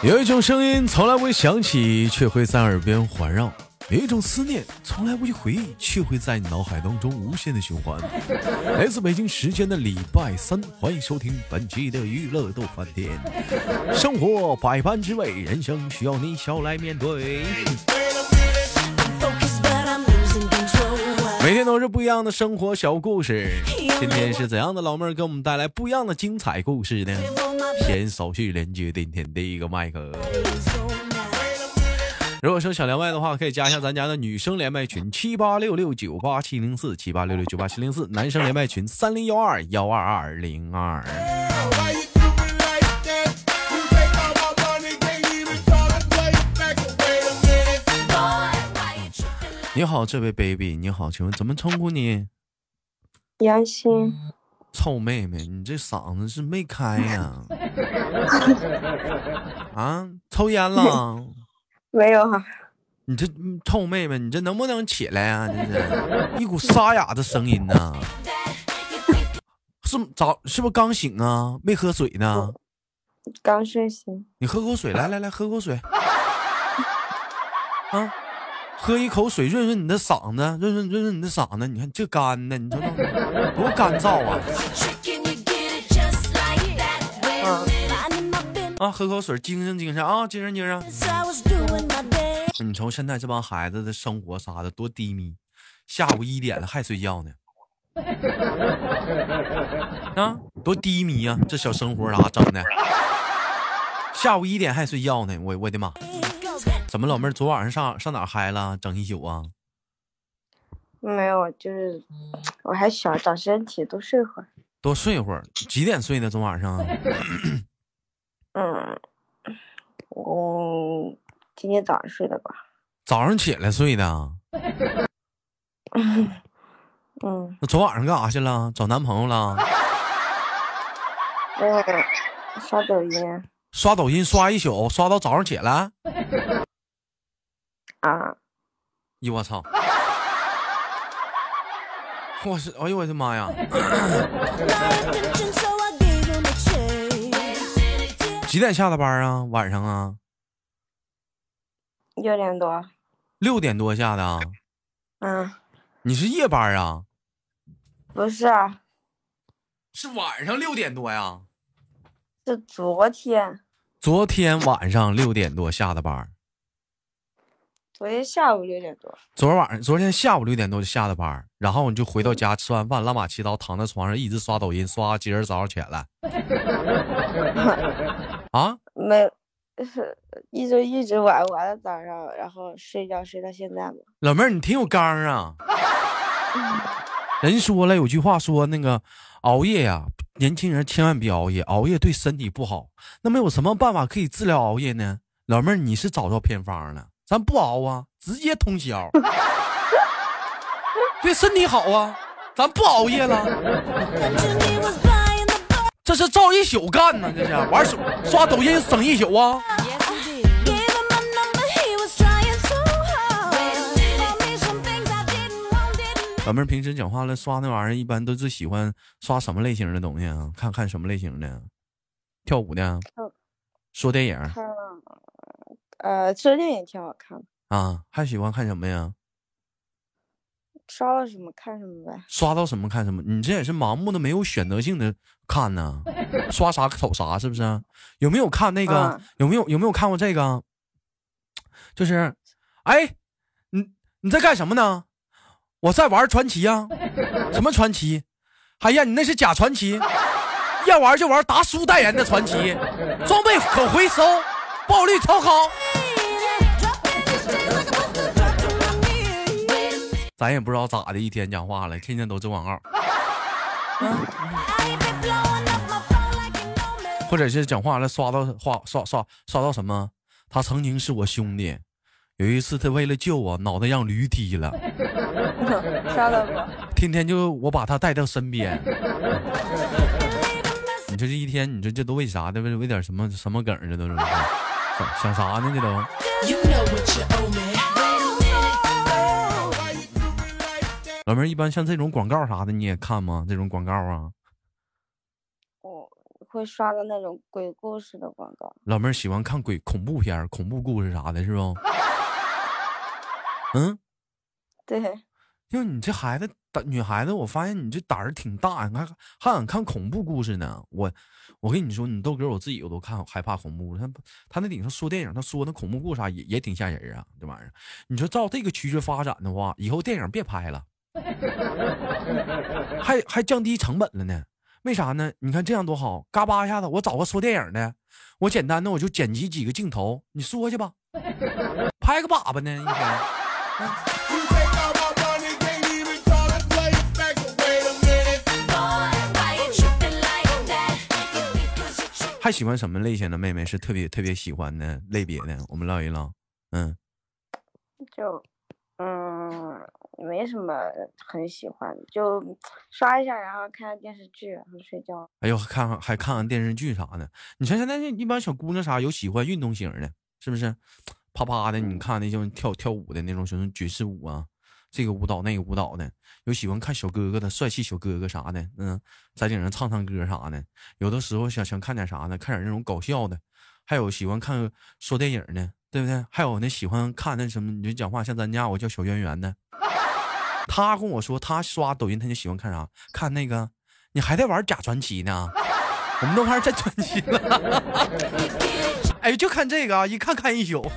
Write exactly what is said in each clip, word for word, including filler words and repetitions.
有一种声音从来不会响起，却会在耳边环绕；有一种思念从来不会回忆，却会在你脑海当中无限的循环。来自北京时间的礼拜三，欢迎收听本期的娱乐逗翻天。生活百般滋味，人生需要你笑来面对。每天都是不一样的生活小故事，今天是怎样的老妹儿给我们带来不一样的精彩故事呢？先手续连接今天第一个麦克。如果说想连麦的话，可以加一下咱家的女生连麦群七八六六九八七零四七八六六九八七零四，男生连麦群三零幺二幺二二零二。你好，这位 baby， 你好，请问怎么称呼你？ 杨欣。 臭妹妹，你这嗓子是没开呀、啊？啊，抽烟了？ 没有啊。 你这臭妹妹，你这能不能起来啊？这是一股沙哑的声音呢、啊。是早是不是刚醒啊？没喝水呢？ 刚睡醒。 你喝口水，来来来，喝口水。啊。喝一口水润润你的嗓子，润润润润你的嗓子，你看这干的，你知道吗？多干燥啊！啊，啊，喝口水，精神精神啊，精神精神。你瞅现在这帮孩子的生活啥的多低迷，下午一点了还睡觉呢，啊，多低迷啊！这小生活咋整的？下午一点还睡觉呢，我我的妈！怎么老妹儿昨晚上上上哪儿嗨了，整一宿啊？ 没有，就是我还小，长身体，多睡会儿。 多睡会儿，几点睡的？昨晚上？ 嗯，我今天早上睡的吧。 早上起来睡的？ 嗯嗯。 那昨晚上干啥去了？找男朋友了？ 嗯，刷抖音。 刷抖音刷一宿，刷到早上起来？ 啊！ 咦，我操！我是，哎呦我的妈呀！几点下的班啊？晚上啊？ 六点多。 六点多下的啊？ 嗯。 你是夜班啊？ 不是啊。 是晚上六点多呀？ 是昨天。 昨天晚上六点多下的班。 昨天下午六点多， 昨晚上昨天下午六点多就下的班，然后你就回到家吃完饭，拉马七刀躺在床上一直刷抖音，刷今儿早上起来。啊？ 没，一直一直玩玩到早上，然后睡觉睡到现在嘛。 老妹儿，你挺有刚啊！人说了有句话说，那个熬夜呀、啊，年轻人千万别熬夜，熬夜对身体不好。那么有什么办法可以治疗熬夜呢？老妹儿，你是找着偏方了。咱不熬啊，直接通宵，对身体好啊，咱不熬夜了。这是照一宿干呢，这是玩手刷抖音整一宿啊。咱们平时讲话了刷那玩意儿，一般都是喜欢刷什么类型的东西啊？看看什么类型的？跳舞的？说电影？ 呃，这电影挺好看的啊，还喜欢看什么呀？ 刷到什么看什么呗。 刷到什么看什么，你这也是盲目的、没有选择性的看呢？刷啥瞅啥，是不是？有没有看那个？嗯、有没有有没有看过这个？就是，哎，你你在干什么呢？我在玩传奇啊。什么传奇？哎呀，你那是假传奇，要玩就玩达叔代言的传奇，装备可回收。爆率超高，咱也不知道咋的，一天讲话了，天天都这广告、嗯，或者是讲话了刷到刷刷刷刷到什么？他曾经是我兄弟，有一次他为了救我，脑袋让驴踢了， 刷到过， 天天就我把他带到身边。你这这一天，你这这都为啥的？为为点什么什么梗儿？这都是。想啥呢？这都老妹儿，一般像这种广告啥的你也看吗？这种广告啊？ 我会刷到那种鬼故事的广告。 老妹儿喜欢看鬼恐怖片、恐怖故事啥的，是不？嗯， 对。 就你这孩子，女孩子，我发现你这胆儿挺大，你看还敢看恐怖故事呢。我，我跟你说，你豆哥我自己我都看害怕恐怖。他他那顶上说电影，他说那恐怖故事啥也也挺吓人啊，这玩意儿。你说照这个趋势发展的话，以后电影别拍了，还还降低成本了呢。为啥呢？你看这样多好，嘎巴一下子，我找个说电影的，我简单的我就剪辑几个镜头，你说去吧，拍个粑粑呢一天。嗯还喜欢什么类型的妹妹是特别特别喜欢的类别的？我们唠一唠。嗯， 就嗯没什么很喜欢，就刷一下，然后看看电视剧，然后睡觉。 哎呦，看看还看看电视剧啥的。你像现在一般小姑娘啥有喜欢运动型的，是不是？啪啪的，你看那种跳跳舞的那种什么爵士舞啊，这个舞蹈那个舞蹈的，有喜欢看小哥哥的帅气小哥哥啥的，嗯，在顶上唱唱歌啥的。有的时候想想看点啥的，看点那种搞笑的，还有喜欢看说电影的，对不对？还有那喜欢看那什么，你就讲话像咱家我叫小圆圆的，他跟我说他刷抖音他就喜欢看啥，看那个你还在玩假传奇呢，我们都玩真传奇了。哎，就看这个啊，一看看一宿。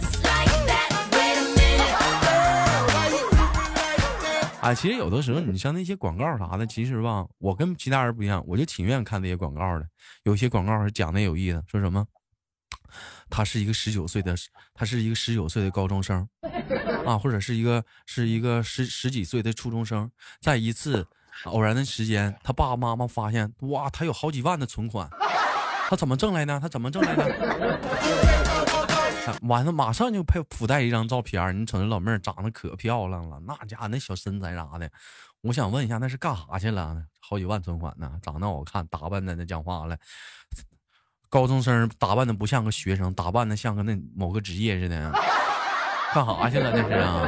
啊，其实有的时候你像那些广告啥的，其实吧，我跟其他人不一样，我就挺愿意看那些广告的。有些广告是讲的有意思，说什么，他是一个十九岁的，他是一个十九岁的高中生，啊，或者是一个是一个十十几岁的初中生，在一次偶然的时间，他爸爸妈妈发现，哇，他有好几万的存款，他怎么挣来呢？他怎么挣来的？完了，马上就配附带一张照片，你瞅那老妹儿长得可漂亮了，那家伙那小身材啥的，我想问一下，那是干啥去了？好几万存款呢，长得好看，打扮的那讲话了，高中生打扮的不像个学生，打扮的像个那某个职业似的，干啥去了？那是啊。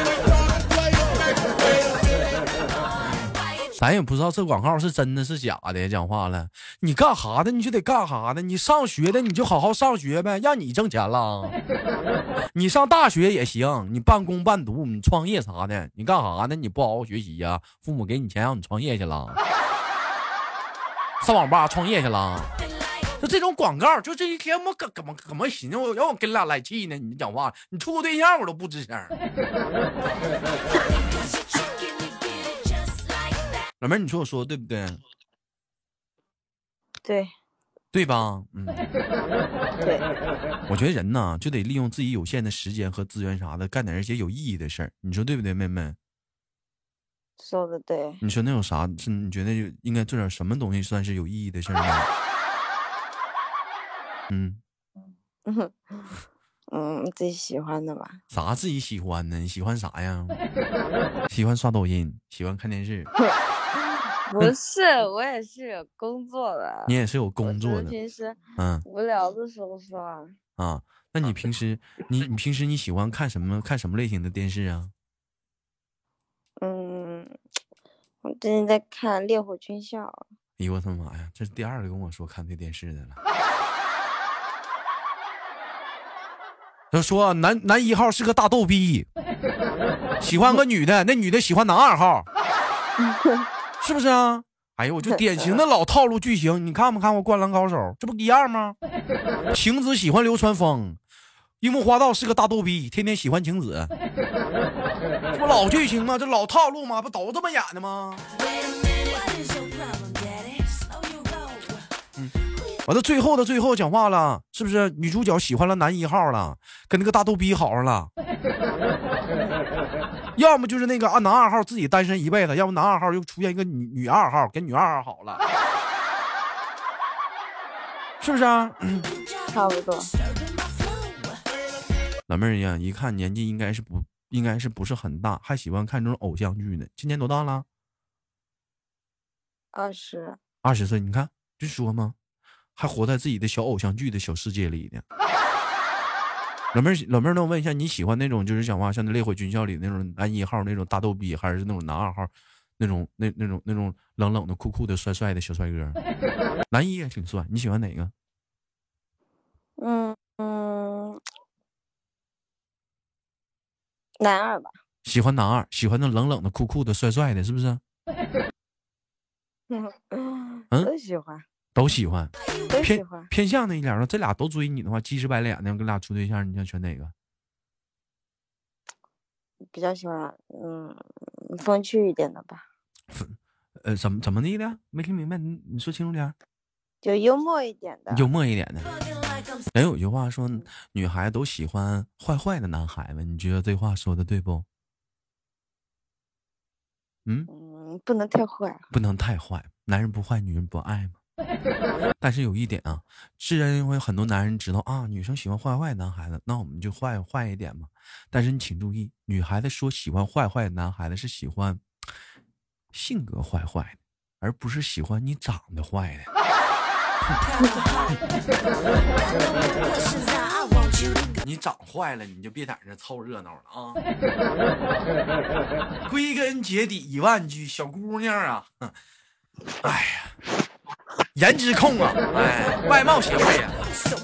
咱也不知道这广告是真的是假的，讲话了，你干啥的你就得干啥的，你上学的你就好好上学呗，让你挣钱了。你上大学也行，你半工半读，你创业啥的，你干啥呢？你不好好学习呀、啊？父母给你钱让你创业去了，上网吧创业去了。就这种广告，就这一天我怎么怎么寻思，我要我跟俩来气呢？你讲话，你处个对象我都不吱声。老妹儿，你说我说的对不对？ 对， 对吧？嗯， 对。 我觉得人呢，就得利用自己有限的时间和资源啥的，干点一些有意义的事儿。你说对不对，妹妹？ 说的对。 你说那有啥？是你觉得应该做点什么东西算是有意义的事儿呢？嗯嗯嗯，自己喜欢的吧。 啥自己喜欢的？你喜欢啥呀？喜欢刷抖音，喜欢看电视。 不是，我也是有工作的。 你也是有工作的。 平时嗯无聊的时候刷。 啊，那你平时你你平时你喜欢看什么看什么类型的电视啊？ 嗯，我最近在看《烈火军校》。 哎呦我的妈呀，这是第二个跟我说看这电视的了。他说男男一号是个大逗逼，喜欢个女的，那女的喜欢男二号，是不是啊？哎呦，我就典型的老套路剧情，你看没看过《灌篮高手》？这不一样吗？晴子喜欢流川枫，樱木花道是个大逗逼，天天喜欢晴子，这不老剧情吗？这老套路吗？不都这么演的吗？完了，最后的最后讲话了，是不是女主角喜欢了男一号了，跟那个大逗逼好上了？要么就是那个啊男二号自己单身一辈子，要么男二号又出现一个女女二号，跟女二号好了，是不是啊？ 差不多。 老妹儿呀，一看年纪应该是不应该是不是很大，还喜欢看这种偶像剧呢。今年多大了？ 二十。 二十岁，你看就说嘛。还活在自己的小偶像剧的小世界里呢。老妹儿，老妹儿，那我问一下，你喜欢那种就是讲话像那《烈火军校》里那种男一号那种大逗逼，还是那种男二号那种那那种那种冷冷的、酷酷的、帅帅的小帅哥？男一也挺帅，你喜欢哪个？ 嗯嗯，男二吧。 喜欢男二，喜欢那冷冷的、酷酷的、帅帅的，是不是？ 嗯，都喜欢， 都喜欢， 都喜欢。 偏向那一点的，这俩都追你的话，鸡翅白脸的，跟俩处对象，你想选哪个？ 比较喜欢，嗯，风趣一点的吧。 呃，怎么怎么的的？没听明白，你你说清楚点。 就幽默一点的。 幽默一点的。人有句话说，女孩都喜欢坏坏的男孩子，你觉得这话说的对不？嗯嗯，不能太坏， 不能太坏，男人不坏，女人不爱嘛。但是有一点啊，自然因为很多男人知道啊，女生喜欢坏坏的男孩子，那我们就坏坏一点嘛。但是你请注意，女孩子说喜欢坏坏的男孩子是喜欢性格坏坏的，而不是喜欢你长得坏的。你长坏了，你就别在这凑热闹了啊！归根结底一万句，小姑娘啊，哎呀，颜值控啊，哎，外貌协会啊。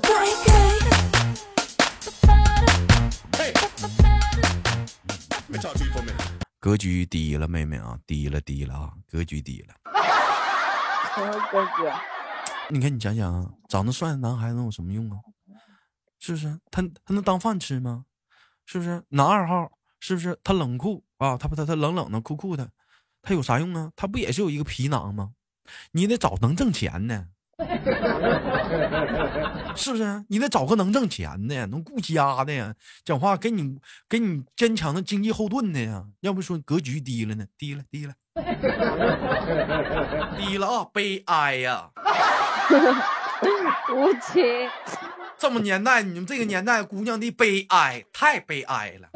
格局低了，妹妹啊，低了低了啊，格局低了。 什么格局？ 你看，你想想啊，长得帅的男孩子能有什么用啊？是不是？他他能当饭吃吗？是不是？男二号是不是？他冷酷啊，他不他他冷冷的酷酷的，他有啥用啊？他不也是有一个皮囊吗？你得找能挣钱的，是不是？你得找个能挣钱的，能顾家的呀，讲话给你给你坚强的经济后盾的呀。要不说格局低了呢，低了低了低了啊，悲哀呀！ 无情。 这么年代，你们这个年代姑娘的悲哀，太悲哀了。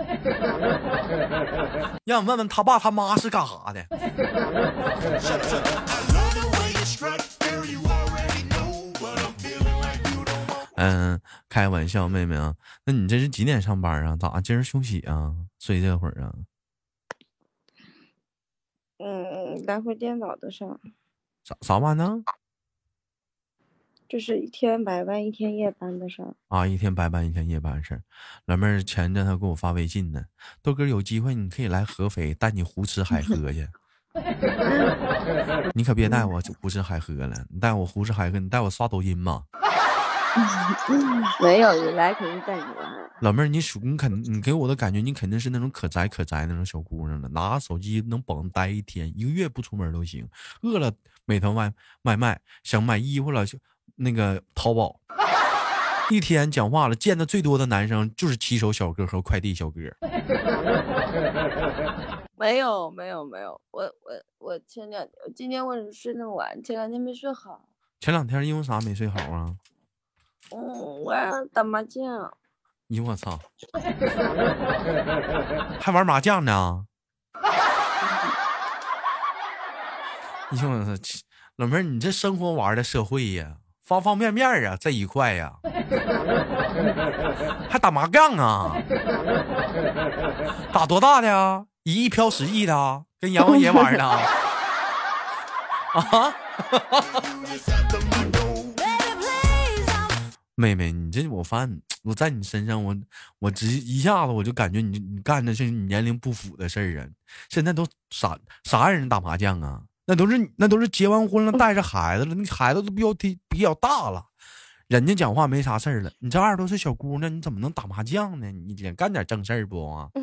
让我问问他爸他妈是干啥的？嗯，开玩笑，妹妹啊，那你这是几点上班啊？咋今儿休息啊？睡这会儿啊？ 嗯，来回颠倒的上。 啥啥班呢？ 就是一天白班一天夜班的事儿啊，一天白班一天夜班事儿。老妹儿前阵他给我发微信呢，豆哥有机会你可以来合肥带你胡吃海喝去。你可别带我胡吃海喝了，你带我胡吃海喝，你带我刷抖音嘛。 没有，你来肯定带你玩。 老妹儿，你属你肯你给我的感觉，你肯定是那种可宅可宅那种小姑娘了，拿手机能绑待一天一个月不出门都行。饿了美团外外卖，想买衣服了那个淘宝。一天讲话了，见的最多的男生就是骑手小哥和快递小哥。 没有没有没有，我我我前两我今天为什么睡那么晚？前两天没睡好。 前两天因为啥没睡好啊？ 嗯，晚上打麻将。 咦我操！还玩麻将呢？你说我操，老妹儿，你这生活玩的社会呀，方方面面啊，这一块呀，还打麻将啊？打多大的呀？一亿飘十亿的啊？跟阎王爷玩呢？啊？妹妹，你这我发现我在你身上，我我直一下子我就感觉你你干的是你年龄不符的事儿啊！现在都啥啥人打麻将啊？那都是那都是结完婚了带着孩子了，那孩子都比较比较大了，人家讲话没啥事儿了。你这二十多岁小姑娘，你怎么能打麻将呢？你得干点正事儿不啊？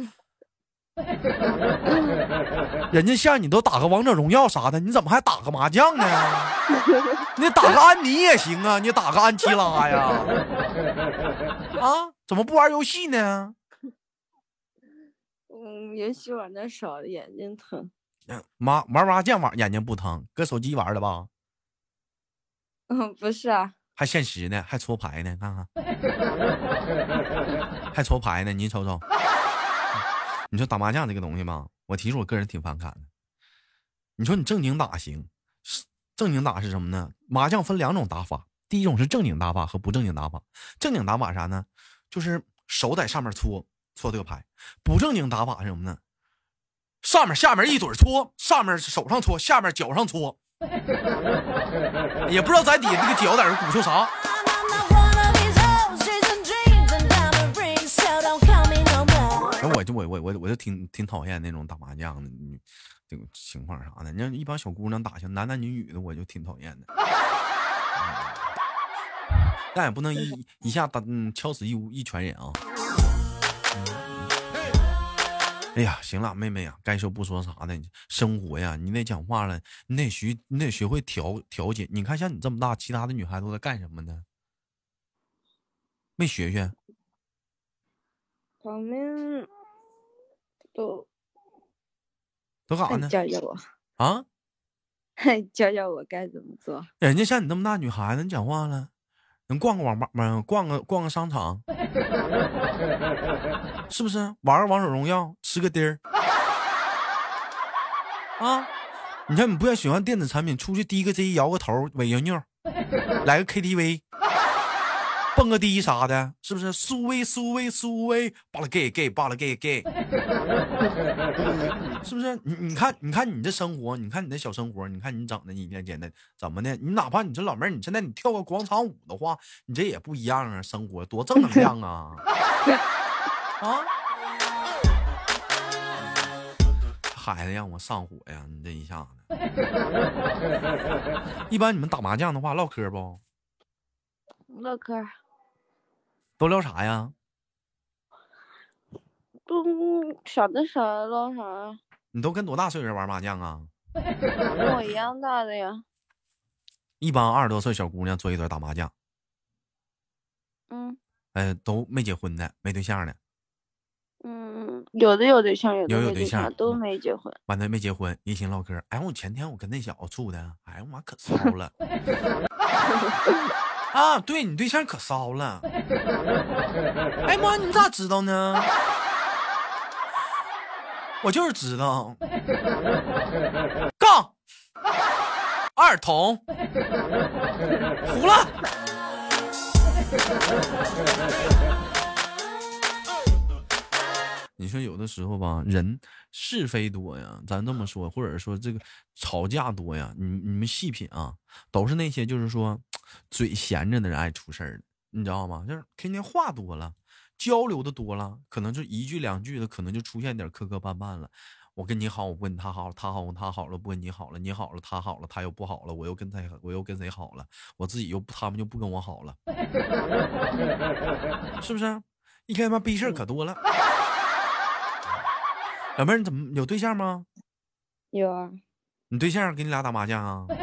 人家像你都打个王者荣耀啥的，你怎么还打个麻将呢？你打个安妮也行啊，你打个安琪拉呀？啊，怎么不玩游戏呢？ 嗯，游戏玩的少，眼睛疼。 麻玩麻将玩眼睛不疼，搁手机玩的吧？ 嗯，不是啊， 还现实呢，还搓牌呢，看看，还搓牌呢，你瞅瞅。你说打麻将这个东西吧，我其实我个人挺反感的。你说你正经打行，正经打是什么呢？麻将分两种打法，第一种是正经打法和不正经打法。正经打法啥呢？就是手在上面搓搓这个牌。不正经打法是什么呢？ 上面下面一嘴搓，上面手上搓，下面脚上搓，也不知道在底下这个脚在这鼓秋啥。我就我我我我就挺挺讨厌那种打麻将的这种情况啥的。你像一帮小姑娘打性男男女女的，我就挺讨厌的。嗯、但也不能一一下打嗯敲死一屋一群人啊。哎呀，行了，妹妹呀、啊，该说不说啥的，生活呀，你得讲话了，你得学，你得学会调调节。你看，像你这么大，其他的女孩都在干什么呢？没学学？ 他们都都干啥呢？ 教教我啊！ 教教我该怎么做。 人家像你这么大女孩子，你讲话了，能逛个网吧吗？逛个逛个商场，是不是？玩个王者荣耀，吃个丁儿啊！你看你不要喜欢电子产品，出去滴个 J， 摇个头，尾摇妞，来个 K T V。蹦个迪啥的，是不是？苏威苏威苏威，巴拉 gay gay 巴拉 gay gay， 是不是？你你看你看你这生活，你看你这小生活，你看你整的，你简单怎么的？你哪怕你这老妹儿，你现在你跳个广场舞的话，你这也不一样啊，生活多正能量啊！啊！孩子让我上火呀！你这一下子，一般你们打麻将的话，唠嗑不？ 唠嗑。 都聊啥呀？ 都小的啥唠啥？ 你都跟多大岁数人玩麻将啊？ 跟我一样大的呀。 一帮二十多岁小姑娘坐一堆打麻将。 嗯。 呃，都没结婚的，没对象的。 嗯，有的有对象，有的有有对象， 都没结婚。 完了没结婚，一起唠嗑。哎，我前天我跟那小子处的，哎呀妈可骚了。啊，对你对象可骚了。哎妈，你咋知道呢？我就是知道。杠二筒糊了。你说有的时候吧，人是非多呀，咱这么说，或者说这个吵架多呀，你你们细品啊，都是那些就是说嘴闲着的人爱出事儿的，你知道吗？就是天天话多了，交流的多了，可能就一句两句的，可能就出现点磕磕绊绊了。我跟你好，我不跟他好，他好他好了，不跟你好了，你好了他好了，他又不好了，我又跟他我又跟谁好了，我自己又他们就不跟我好了，是不是？一天他妈逼事儿可多了。老妹儿，你怎么有对象吗？ 有啊。 你对象跟你俩打麻将啊？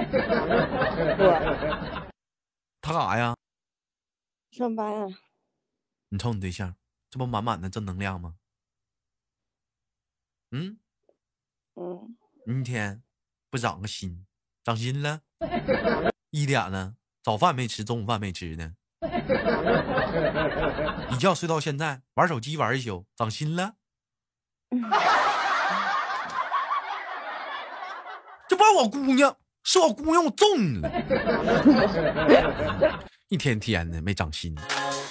我。 他干啥呀？ 上班啊。 你瞅你对象，这不满满的正能量吗？嗯。 嗯。 一天不长个心，长心了。一点了，早饭没吃，中午饭没吃呢。一觉睡到现在，玩手机玩一宿，长心了。这不是我姑娘，是我姑娘我中了。一天天的没长心。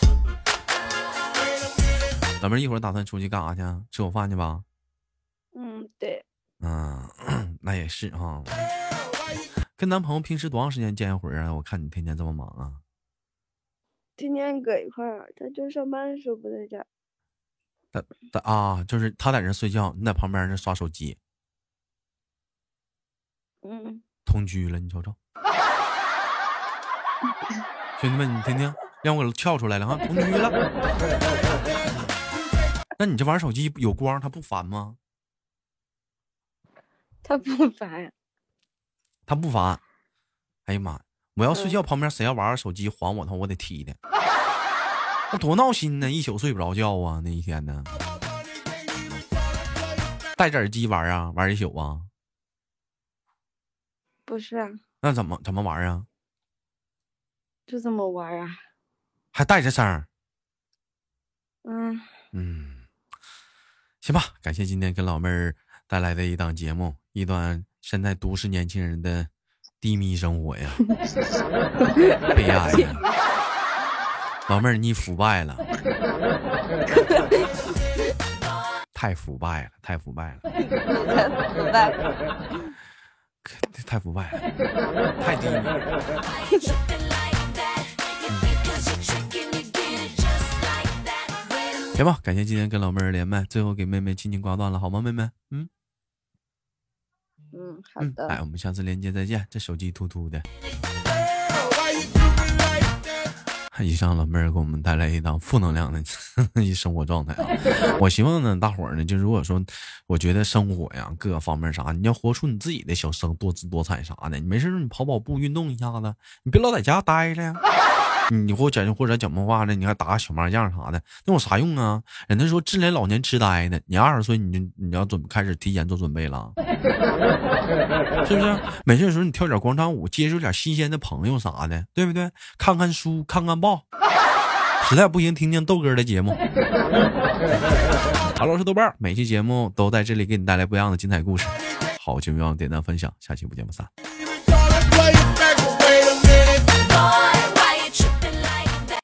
老妹儿一会儿打算出去干啥去？吃口饭去吧。 嗯，对。 嗯，那也是哈。跟男朋友平时多长时间见一回啊？我看你天天这么忙啊。 天天搁一块儿，他就上班的时候不在家。 他他啊，就是他在这睡觉，你在旁边那刷手机。 嗯。 同居了，你瞅瞅。兄弟们，你听听，让我跳出来了哈，同居了。那你这玩手机有光，他不烦吗？ 他不烦。 他不烦。哎呀妈，我要睡觉，旁边谁要玩手机还我，他我得踢的。那多闹心呢，一宿睡不着觉啊，那一天呢。戴着耳机玩啊，玩一宿啊。 不是啊。 那怎么怎么玩啊？ 就这么玩啊。 还带着声。 嗯嗯，行吧，感谢今天跟老妹儿带来的一档节目，一段现在都市年轻人的低迷生活呀，悲哀呀。老妹儿，你腐败了， 太腐败了，太腐败了， 腐败， 太腐败了，太低了。行吧，感谢今天跟老妹儿连麦，最后给妹妹轻轻挂断了，好吗？妹妹，嗯嗯，好的。 来，我们下次连接再见。这手机突突的。以上老妹儿给我们带来一档负能量的一生活状态啊！我希望呢，大伙儿呢，就如果说，我觉得生活呀，各个方面啥，你要活出你自己的小生多姿多彩啥的。你没事你跑跑步，运动一下子，你别老在家待着呀。你或者或者讲梦话的，你还打个小麻将啥的，那有啥用啊？人家说治疗老年痴呆的，你二十岁你就你要准开始提前做准备了，是不是？没事的时候你跳点广场舞，接触点新鲜的朋友啥的，对不对？看看书，看看报，实在不行听听豆哥的节目。好了，我是豆瓣，每期节目都在这里给你带来不一样的精彩故事。好节目要点赞分享，下期不见不散。